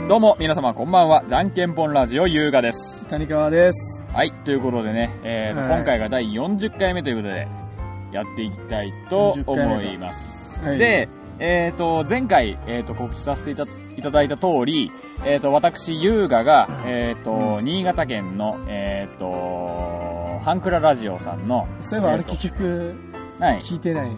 どうも皆様こんばんは。じゃんけんぽんラジオ優雅です。 谷川です。 はい、ということでね、今回が第40回目ということでやっていきたいと思います。 はい、 で、前回、告知させていただいた通り、私優雅が、新潟県のハンクララジオさんの、 そういえばあれ結局、聞いてない。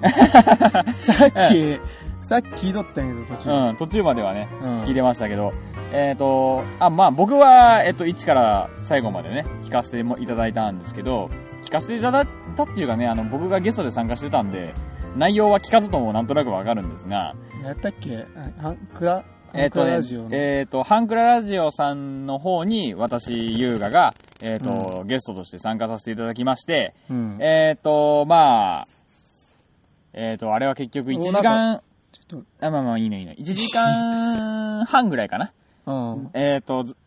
さっき聞いとったんやけど、途中。 途中まではね、聞いてましたけど、まあ僕は、1から最後までね、聞かせていただいたんですけど、聞かせていただいたっていうかね、僕がゲストで参加してたんで、内容は聞かずともなんとなくわかるんですが、 やったっけハンクララジオの。 ハンクララジオさんの方に、私、優雅が、ゲストとして参加させていただきまして、まあ、あれは結局1時間、まあいいね。1時間半ぐらいかな。延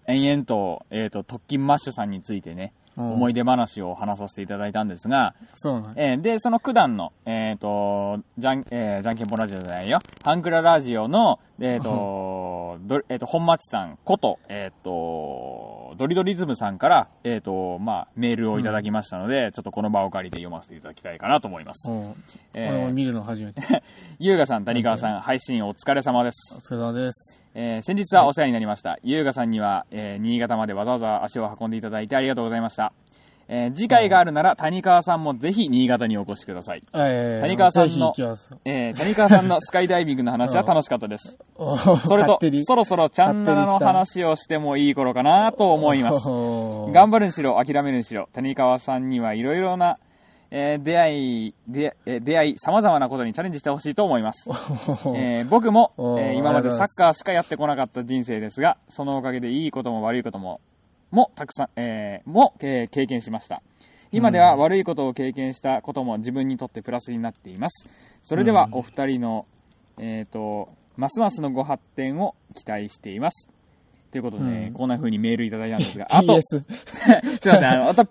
々と、特勤マッシュさんについてね、思い出話を話させていただいたんですが、 そうなんで、その九段の、じゃんけんぽんラジオじゃないよ。ハンクララジオの、本町さんこと、ドリドリズムさんから、まあ、メールをいただきましたので、ちょっとこの場を借りて読ませていただきたいかなと思います。 俺も見るの初めて。 優雅さん、谷川さん、配信お疲れ様です。 お疲れ様です。 先日はお世話になりました。優雅さんには、新潟までわざわざ足を運んでいただいてありがとうございました。次回があるなら谷川さんもぜひ新潟にお越しください。谷川さんのスカイダイビングの話は楽しかったです。それとそろそろチャンナラの話をしてもいい頃かなと思います。頑張るにしろ諦めるにしろ谷川さんにはいろいろな出会い、様々なことにチャレンジしてほしいと思います。僕も、今までサッカーしかやってこなかった人生ですが、そのおかげでいいことも悪いこともたくさん、経験しました。今では悪いことを経験したことも自分にとってプラスになっています。それではお二人の、ますますのご発展を期待しています。ということで、こんな風にメールいただいたんですが、あと、すいません、あと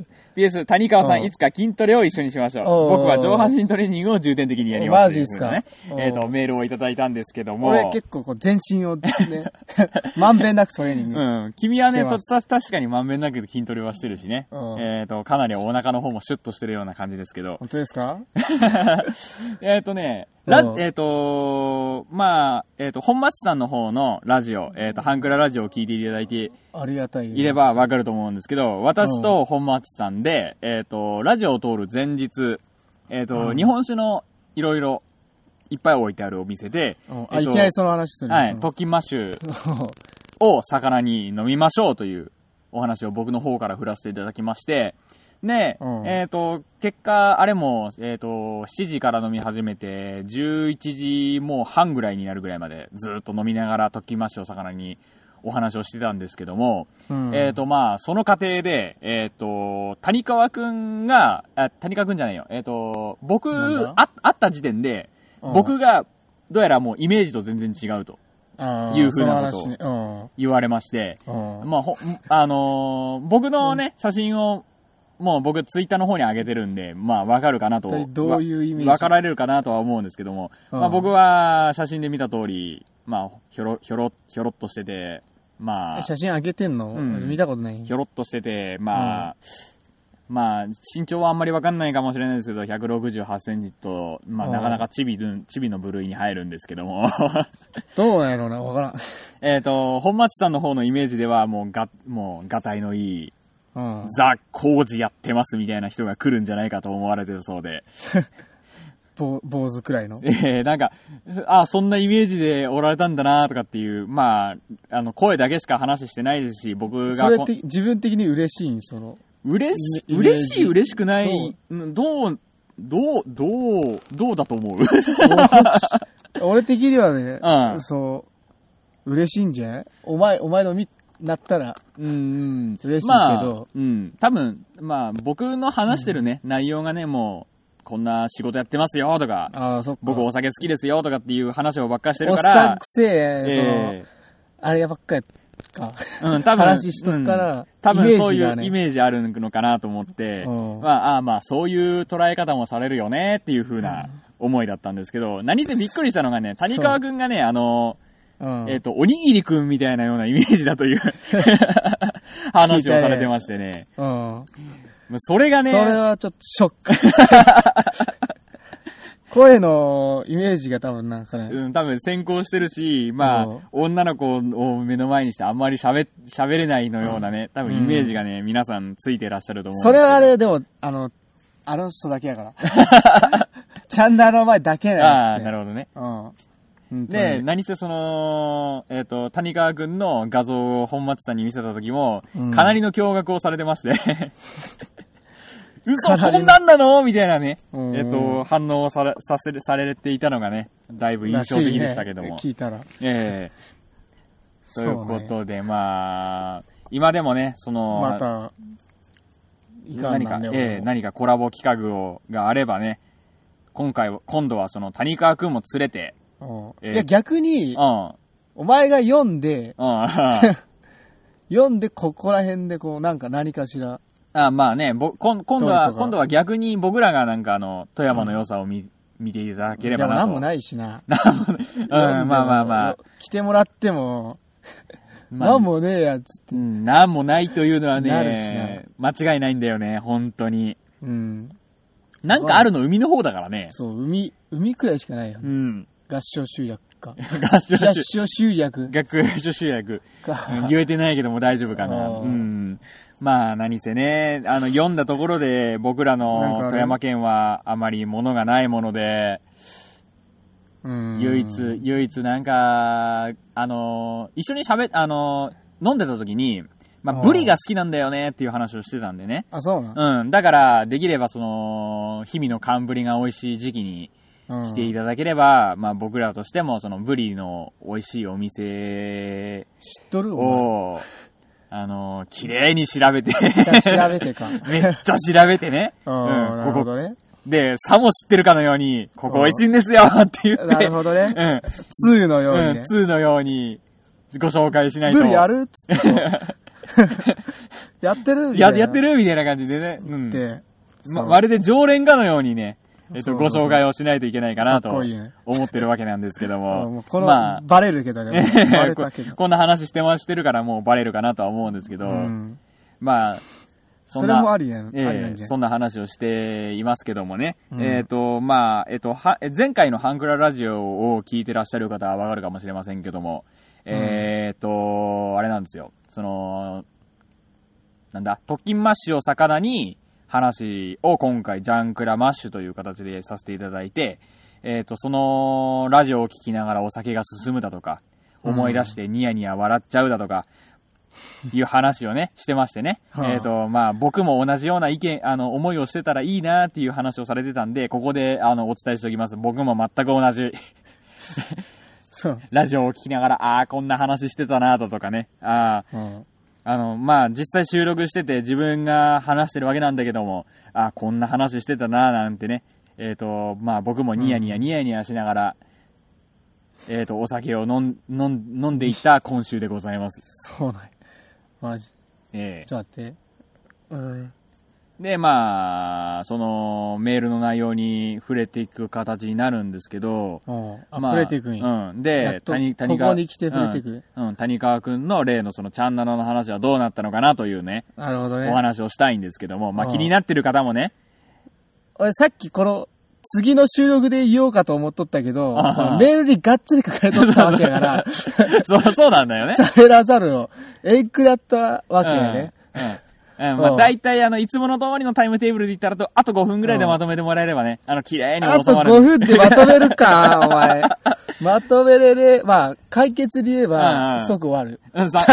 PS、谷川さんいつか筋トレを一緒にしましょう。僕は上半身トレーニングを重点的にやります。 マジですかね。メールをいただいたんですけども。 俺結構全身をね、まんべんなくトレーニング。 君はね、確かにまんべんなく筋トレはしてるしね。かなりお腹の方もシュッとしてるような感じですけど。 本当ですか？ まあ、本町さんの方のラジオ、ハンクララジオを聞いていただいてありがたいいればわかると思うんですけど、私と本町さんで、ラジオを通る前日、日本酒のいろいろいっぱい置いてあるお店で、 いきなりその話するはい、特勤マッシュを魚に飲みましょうというお話を僕の方から振らせていただきまして、で、結果、あれも、7時から飲み始めて、11時もう半ぐらいになるぐらいまでずっと飲みながら特勤マッシュを魚にお話をしてたんですけども、まあ、その過程で、谷川くんじゃないよ、僕、会った時点で、僕が、どうやらもうイメージと全然違うと。いうふうなことを言われまして、まあ、僕のね、写真を、もう僕ツイッターの方に上げてるんで、まあわかるかなと。 どういうイメージ？ わかられるかなとは思うんですけども、まあ僕は写真で見た通り、まあひょろっとしてて、まあ。 写真上げてんの？見たことない。 ひょろっとしてて、まあ、身長はあんまりわかんないかもしれないですけど、168センチと、まあなかなかチビの部類に入るんですけども。 どうなんやろうな、わからん。 本町さんの方のイメージではもうがたいのいい、ザ・工事やってますみたいな人が来るんじゃないかと思われてたそうで。 坊主くらいの。 なんか、そんなイメージでおられたんだなとかっていう、まあ、声だけしか話してないですし、僕が。 それって自分的に嬉しいん？ 嬉しくない、どうだと思う？ 俺的にはね、嬉しいんじゃない？お前のなったら、嬉しいけど。 多分、まあ、僕の話してるね、内容がね、もう、こんな仕事やってますよとか、僕お酒好きですよとかっていう話をばっかりしてるから、 おっさんくせえ、あればっかりか。 多分、 話しとくから、 多分そういうイメージあるのかなと思って、まあ、そういう捉え方もされるよねっていう風な思いだったんですけど、何せびっくりしたのがね、谷川くんがね、 おにぎりくんみたいなようなイメージだという話をされてましてね。それがね。 それはちょっとショック。声のイメージが多分なんかね。 多分先行してるし、まあ、女の子を目の前にしてあんまり喋れないのようなね、多分イメージがね、皆さんついてらっしゃると思うんですけど。 それはあれ、でも、あの人だけやから。チャンネルの前だけだよ。 ああ、なるほどね。で、何せその、谷川くんの画像を本松さんに見せた時も、かなりの驚愕をされてまして嘘こんなんなのみたいなね、反応をされていたのがね、だいぶ印象的でしたけども。 聞いたら。 ということで、まあ、今でもね、その、 また、 何かコラボ企画があればね、今度はその谷川くんも連れて、 いや逆に、お前が読んで、読んでここら辺でこう何かしら。 まあね、今度は逆に僕らがなんか富山の良さを見ていただければなと。 でもなんもないしな。 まあ。 来てもらっても、なんもねえやつって。 なんもないというのはね、間違いないんだよね、本当に。なんかあるの海の方だからね。 そう、海くらいしかないよ。合唱集約か。 合唱集約。 合唱集約。言えてないけども大丈夫かな。まあ何せね、読んだところで僕らの富山県はあまり物がないもので、唯一なんか、一緒に飲んでた時に、まあ、ブリが好きなんだよねっていう話をしてたんでね。 あ、そうなの？だから、できればその、日々の寒ブリが美味しい時期に来ていただければ、まあ僕らとしてもそのブリの美味しいお店知っとるを、綺麗に調べて。 めっちゃ調べてか。 めっちゃ調べてね。 なるほどね。 で、さも知ってるかのように、ここ美味しいんですよって言って。 なるほどね。2のようにね。 2のようにご紹介しないと。 ブリやるっつって。やってるみたいな。 やってるみたいな感じでね。まるで常連かのようにね、ご紹介をしないといけないかなと思ってるわけなんですけども。 まあ、バレるけどね。バレたけど。 こんな話してるからもうバレるかなとは思うんですけど、まあ、 それもありやん。 そんな話をしていますけどもね。まあ、前回のハンクララジオを聞いてらっしゃる方はわかるかもしれませんけども、あれなんですよ。その、特勤マッシュを魚に話を今回ジャンクラマッシュという形でさせていただいて、そのラジオを聞きながらお酒が進むだとか、思い出してニヤニヤ笑っちゃうだとか、いう話をね、してましてね。まあ僕も同じような思いをしてたらいいなっていう話をされてたんで、ここでお伝えしておきます。僕も全く同じ。ラジオを聞きながら、こんな話してたなとかね。まあ、実際収録してて自分が話してるわけなんだけども、こんな話してたななんてね。まあ僕もニヤニヤしながら、お酒を飲んでいった今週でございます。 そうなんや。マジ。ちょっと待って。 で、まあ、その、メールの内容に触れていく形になるんですけど、 触れていくんや。 で、 ここに来て触れていく。 谷川くんの例のそのチャンナルの話はどうなったのかなというね、 なるほどね。 お話をしたいんですけども、まあ気になってる方もね。 俺さっきこの、次の収録で言おうかと思っとったけど、メールにがっつり書かれとったわけやから、 そうなんだよね。 喋らざるを、だったわけやね。 まあ大体いつもの通りのタイムテーブルで言ったらあと5分ぐらいでまとめてもらえればね、綺麗に収まる。 あと5分でまとめるか、お前。まとめれれ、まあ、解決で言えば、即終わる。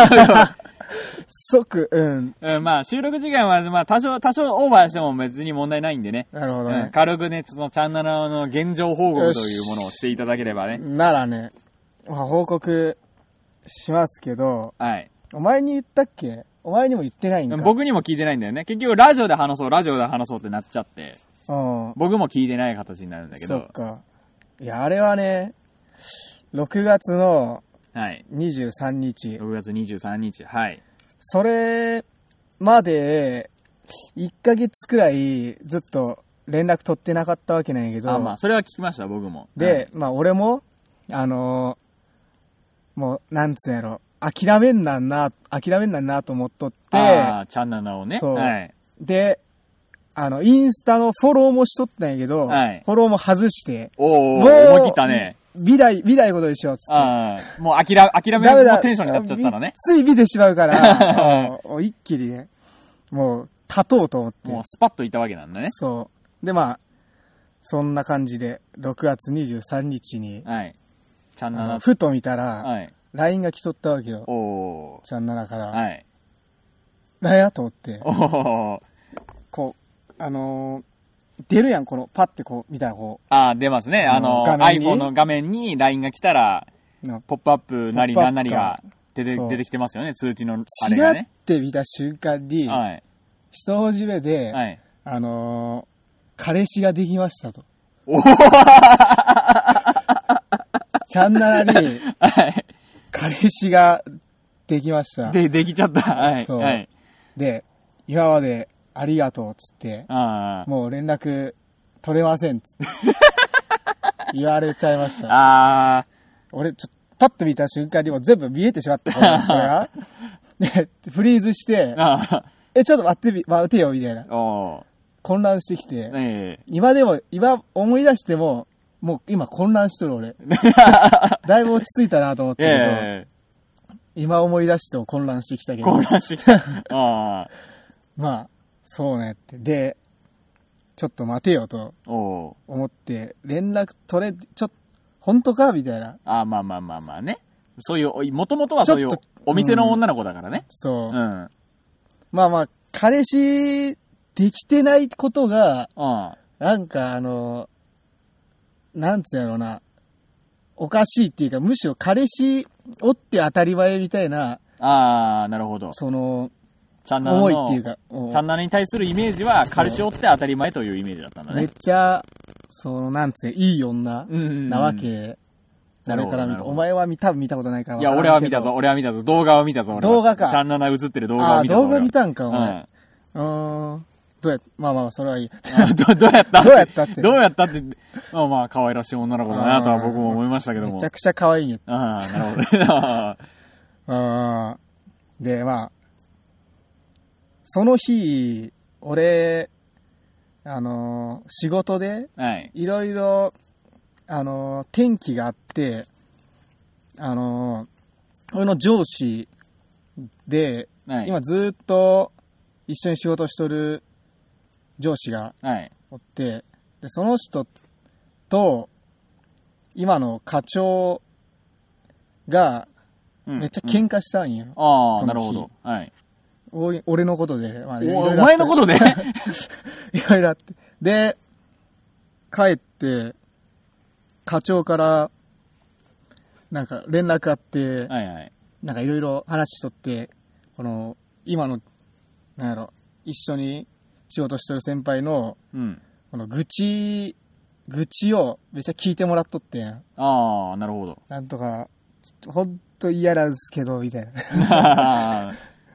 即、 まあ、収録時間は、まあ、多少オーバーしても別に問題ないんでね。 なるほどね。 軽くね、そのチャンネルの現状報告というものをしていただければね。 ならね、報告しますけど、 はい。 お前に言ったっけ？お前にも言ってないんか。 僕にも聞いてないんだよね。結局、ラジオで話そうってなっちゃって。僕も聞いてない形になるんだけど。 そっか。いや、あれはね、6月の23日。 6月23日。はい。 それまで、1ヶ月くらいずっと連絡取ってなかったわけなんやけど。 まあ、それは聞きました、僕も。 で、まあ、俺も、 もう、なんつうんやろ、諦めんなんなと思っとって、チャンナナをね。 そう。はい、で、インスタのフォローもしとったんやけど、はい、フォローも外して、 思い切ったね。 美大ことにしようっつって。もう諦めのテンションになっちゃったのね。 つい見てしまうから、一気にね、もう、立とうと思って。 もうスパッといたわけなんだね。 そう。で、まあ、そんな感じで、6月23日に、 はい。チャンナナ。 ふと見たら、はい。LINE が来とったわけよ。チャンナナから。 はい。 なんやと思って。こう、出るやん、この、パッてこう、見たらこう。出ますね。iPhone の画面に LINE が来たら、ポップアップなりなんなりが出てきてますよね、通知のあれがね。 チラって見た瞬間に、はい。一文字目で、はい。彼氏ができましたと。チャンナナに、はい。彼氏ができました。 できちゃった。はい。 そう。 はい。 で、今までありがとうっつって、もう連絡取れませんっつって、言われちゃいました。俺、パッと見た瞬間にもう全部見えてしまった。それが。で、フリーズして、ちょっと待ってよ、みたいな。混乱してきて、今思い出しても、もう今混乱しとる俺。だいぶ落ち着いたなと思ったけど、今思い出しても混乱してきたけど。 混乱してきた。 まあ、そうねって。で、ちょっと待てよと思って、連絡取れ、本当かみたいな。 まあね。そういう、もともとはそういうお店の女の子だからね。 そう。まあ、彼氏できてないことが、なんかなんつうやろうな、おかしいっていうか、むしろ彼氏おって当たり前みたいな。 なるほど。 思いっていうか。 チャンナナに対するイメージは、彼氏おって当たり前というイメージだったんだね。 めっちゃ、なんつういい女なわけ。俺から見た。お前は多分見たことないから。 いや、俺は見たぞ。動画を見たぞ。 動画か。 チャンナナ映ってる動画を見たぞ。 動画見たんか、お前。まあ、それはいい。 どうやったって、まあ、可愛らしい女の子だなとは僕も思いましたけども。 めちゃくちゃ可愛いね。 なるほど。 で、まあ、その日、俺、仕事で、いろいろ、天気があって、俺の上司で、今ずっと一緒に仕事しとる上司がおって、で、その人と、今の課長が、めっちゃ喧嘩したんよ。 なるほど。はい。 俺のことで。 お前のことでいろいろあって。で、帰って、課長から、なんか連絡あって、なんかいろいろ話しとって、今の、なんやろ、一緒に仕事してる先輩の、この愚痴をめっちゃ聞いてもらっとってん。 なるほど。 なんとか、ほんと嫌なんすけど、みたいな。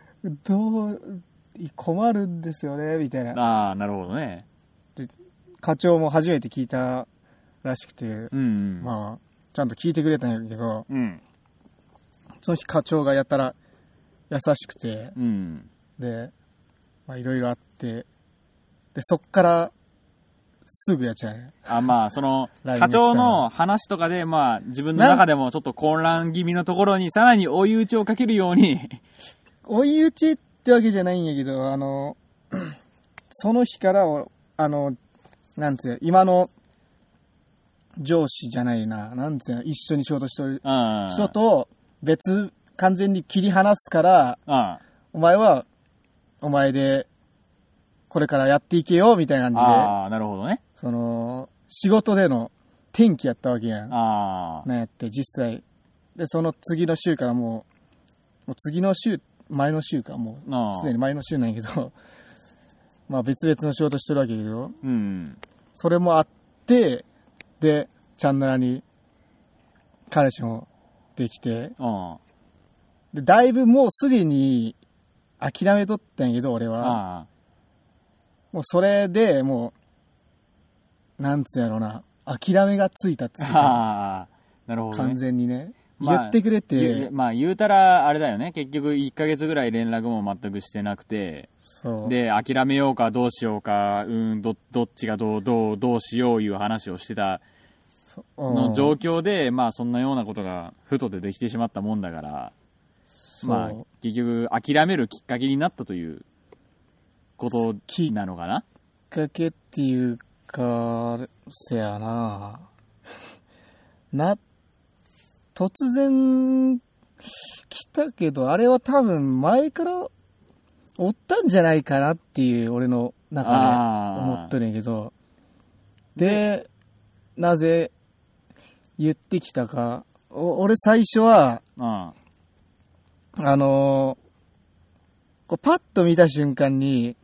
困るんですよね、みたいな。 なるほどね。 で、課長も初めて聞いたらしくて、まあ、ちゃんと聞いてくれたんやけど、その日課長がやったら優しくて、で、まあいろいろあって、で、そっからすぐやっちゃうね。 まあ、課長の話とかで、まあ、自分の中でもちょっと混乱気味のところにさらに追い打ちをかけるように追い打ちってわけじゃないんやけど、その日から、なんつう今の上司じゃないな、なんつう一緒に仕事してる人と完全に切り離すから、お前は、お前で、これからやっていけよ、みたいな感じで。 なるほどね。 仕事での転機やったわけやん。なんやって、実際。で、その次の週からもう次の週、前の週か、もう、すでに前の週なんやけど、まあ別々の仕事してるわけやけど、それもあって、で、チャンナラに彼氏もできて、で、だいぶもうすでに諦めとったんやけど、俺は。もうそれでもう、なんつうやろな、諦めがついたっつうか。 なるほど、ね。 完全にね。 言ってくれて、 まあ言うたらあれだよね、結局1ヶ月ぐらい連絡も全くしてなくて、 そうで諦めようかどうしようか、どっちがどうしよういう話をしてたの状況で、まあそんなようなことがふとできてしまったもんだから、まあ結局諦めるきっかけになったということなのかな。 きっかけっていうか、せやな突然来たけど、あれは多分前からおったんじゃないかなっていう俺の中で思っとるんやけど、でなぜ言ってきたか、俺最初はこうパッと見た瞬間に、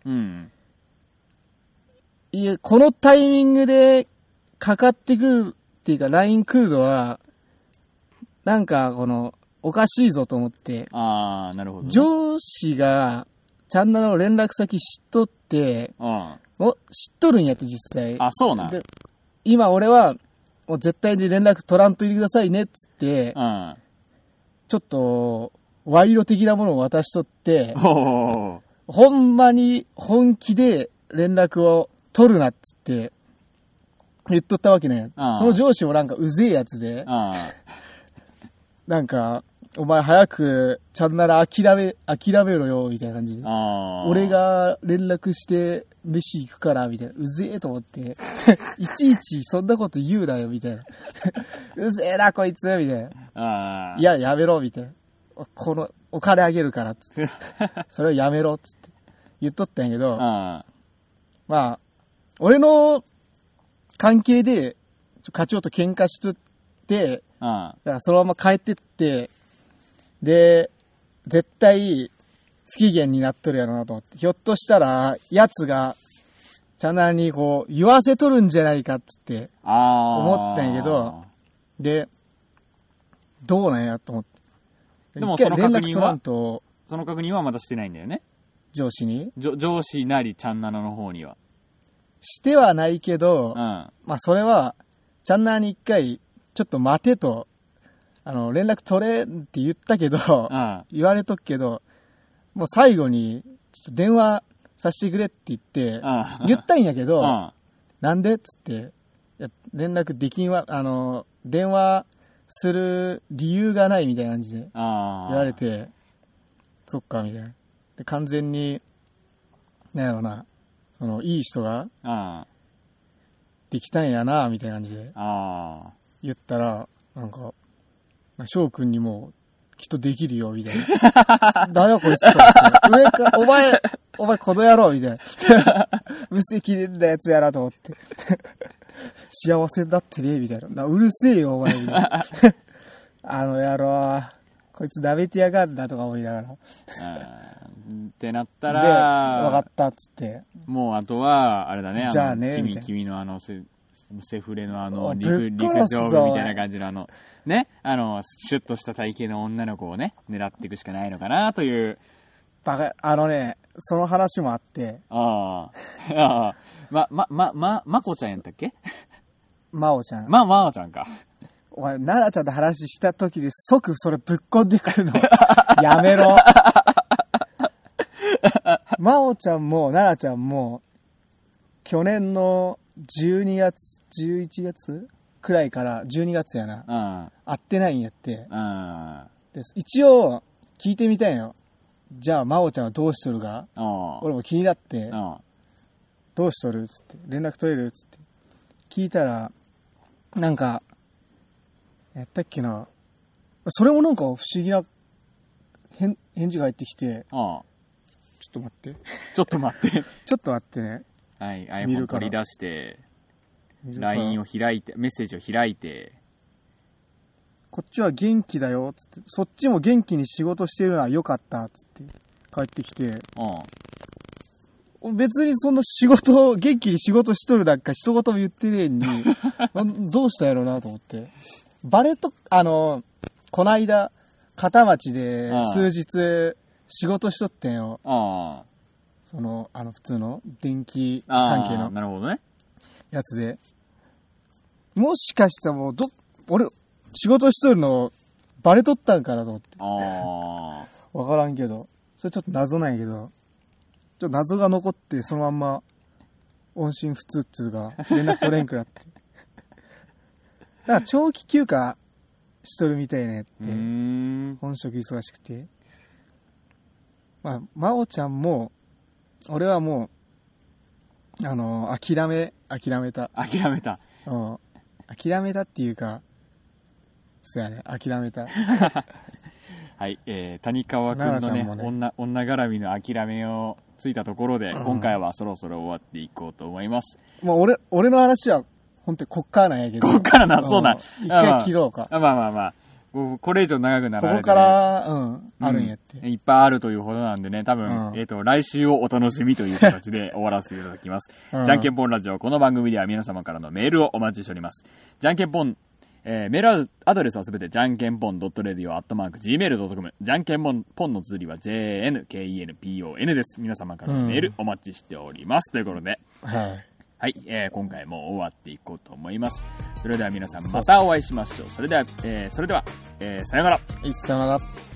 いやこのタイミングでかかってくるっていうか LINE 来るのはなんかこのおかしいぞと思って、 なるほどね、 上司がちゃんなの連絡先知っとって、知っとるんやって実際。 そうなん。 で今俺はもう絶対に連絡取らんといてくださいねっつって、ちょっと賄賂的なものを渡しとって、ほんまに本気で連絡を取るなっつって言っとったわけね。その上司もなんかうぜえやつで、なんかお前早くちゃんなら諦めろよみたいな感じで、俺が連絡して飯行くからみたいな、うぜえと思っていちいちそんなこと言うなよみたいなうぜえなこいつみたいな、いややめろみたいな、このお金あげるからっつってそれをやめろっつって言っとったんやけど、まあ俺の関係で課長と喧嘩しとって、だからそのまま帰ってって、で絶対不機嫌になっとるやろなと思って、ひょっとしたらやつがチャンネルにこう言わせとるんじゃないかっつって思ったんやけど、でどうなんやと思って、 でもその確認はまだしてないんだよね、 上司に。 上司なりチャンナナの方にはしてはないけど、まあそれはチャンナーに一回ちょっと待てと、連絡取れって言ったけど、言われとくけど、もう最後にちょっと電話させてくれって言って、言ったんやけど、なんでっつって、いや連絡できんわ、電話する理由がないみたいな感じで言われて、そっかみたいな。で完全になんやろな、そのいい人ができたんやなみたいな感じで言ったら、なんか翔くんにもきっとできるよみたいなだよこいつと上かお前この野郎みたいな無責任なやつやなと思って幸せだってねみたいな、うるせえよお前みたいな野郎こいつ舐めてやがんなとか思いながらってなったらで分かったっつって、 もうあとはあれだね、 じゃあね君のセフレの陸上部みたいな感じのね、シュッとした体型の女の子をね狙っていくしかないのかなという。 バカその話もあって、 まこちゃんやったっけ？ まおちゃん。 まおちゃんか。 お前奈々ちゃんと話した時に即それぶっこんでくるのやめろ。まおちゃんも奈々ちゃんも去年の12月11月くらいから12月やな、会ってないんやって、一応聞いてみたいよ。じゃあまおちゃんはどうしとるか、俺も気になって、どうしとるっつって、連絡取れるっつって聞いたら、なんかやったっけな、それもなんか不思議な返事が返ってきて、ちょっと待ってちょっと待ってね、 はい、iPhone 取り出して LINE を開いて、メッセージを開いて、 こっちは元気だよつって、そっちも元気に仕事してるのはよかったつって帰ってきて、別にそんな元気に仕事しとるなんか一言も言ってねえにどうしたやろうなと思って、バレとこないだ片町で数日仕事しとってんよ。その普通の電気関係のなるほどねやつで、もしかしたらもう俺仕事しとるのバレとったんかなと思って。わからんけど。それちょっと謎なんやけど、ちょっと謎が残って、そのまんま、音信不通っつうか、連絡取れんくなって。だから長期休暇しとるみたいねって。本職忙しくて。まあ、真央ちゃんも、俺はもう、諦めた。 諦めた。 うん。諦めたっていうか、そうやね、諦めた。 はい、谷川くんのね、女絡みの諦めをついたところで、今回はそろそろ終わっていこうと思います。 まあ、俺の話は、本当にこっからなんやけど。 こっからな、そうなん。 一回切ろうか。 まあ。これ以上長くならない、 ここから、あるんやって、 いっぱいあるというほどなんでね、多分、来週をお楽しみという形で終わらせていただきます。じゃんけんぽんラジオ、この番組では皆様からのメールをお待ちしております。じゃんけんぽん、メールアドレスはすべてじゃんけんぽん .radio@gmail.com、 じゃんけんぽんの綴りは JNKENPON です。皆様からのメールお待ちしております。ということで、はい、今回も終わっていこうと思います。それでは皆さんまたお会いしましょう。それでは、さよなら。 さよなら。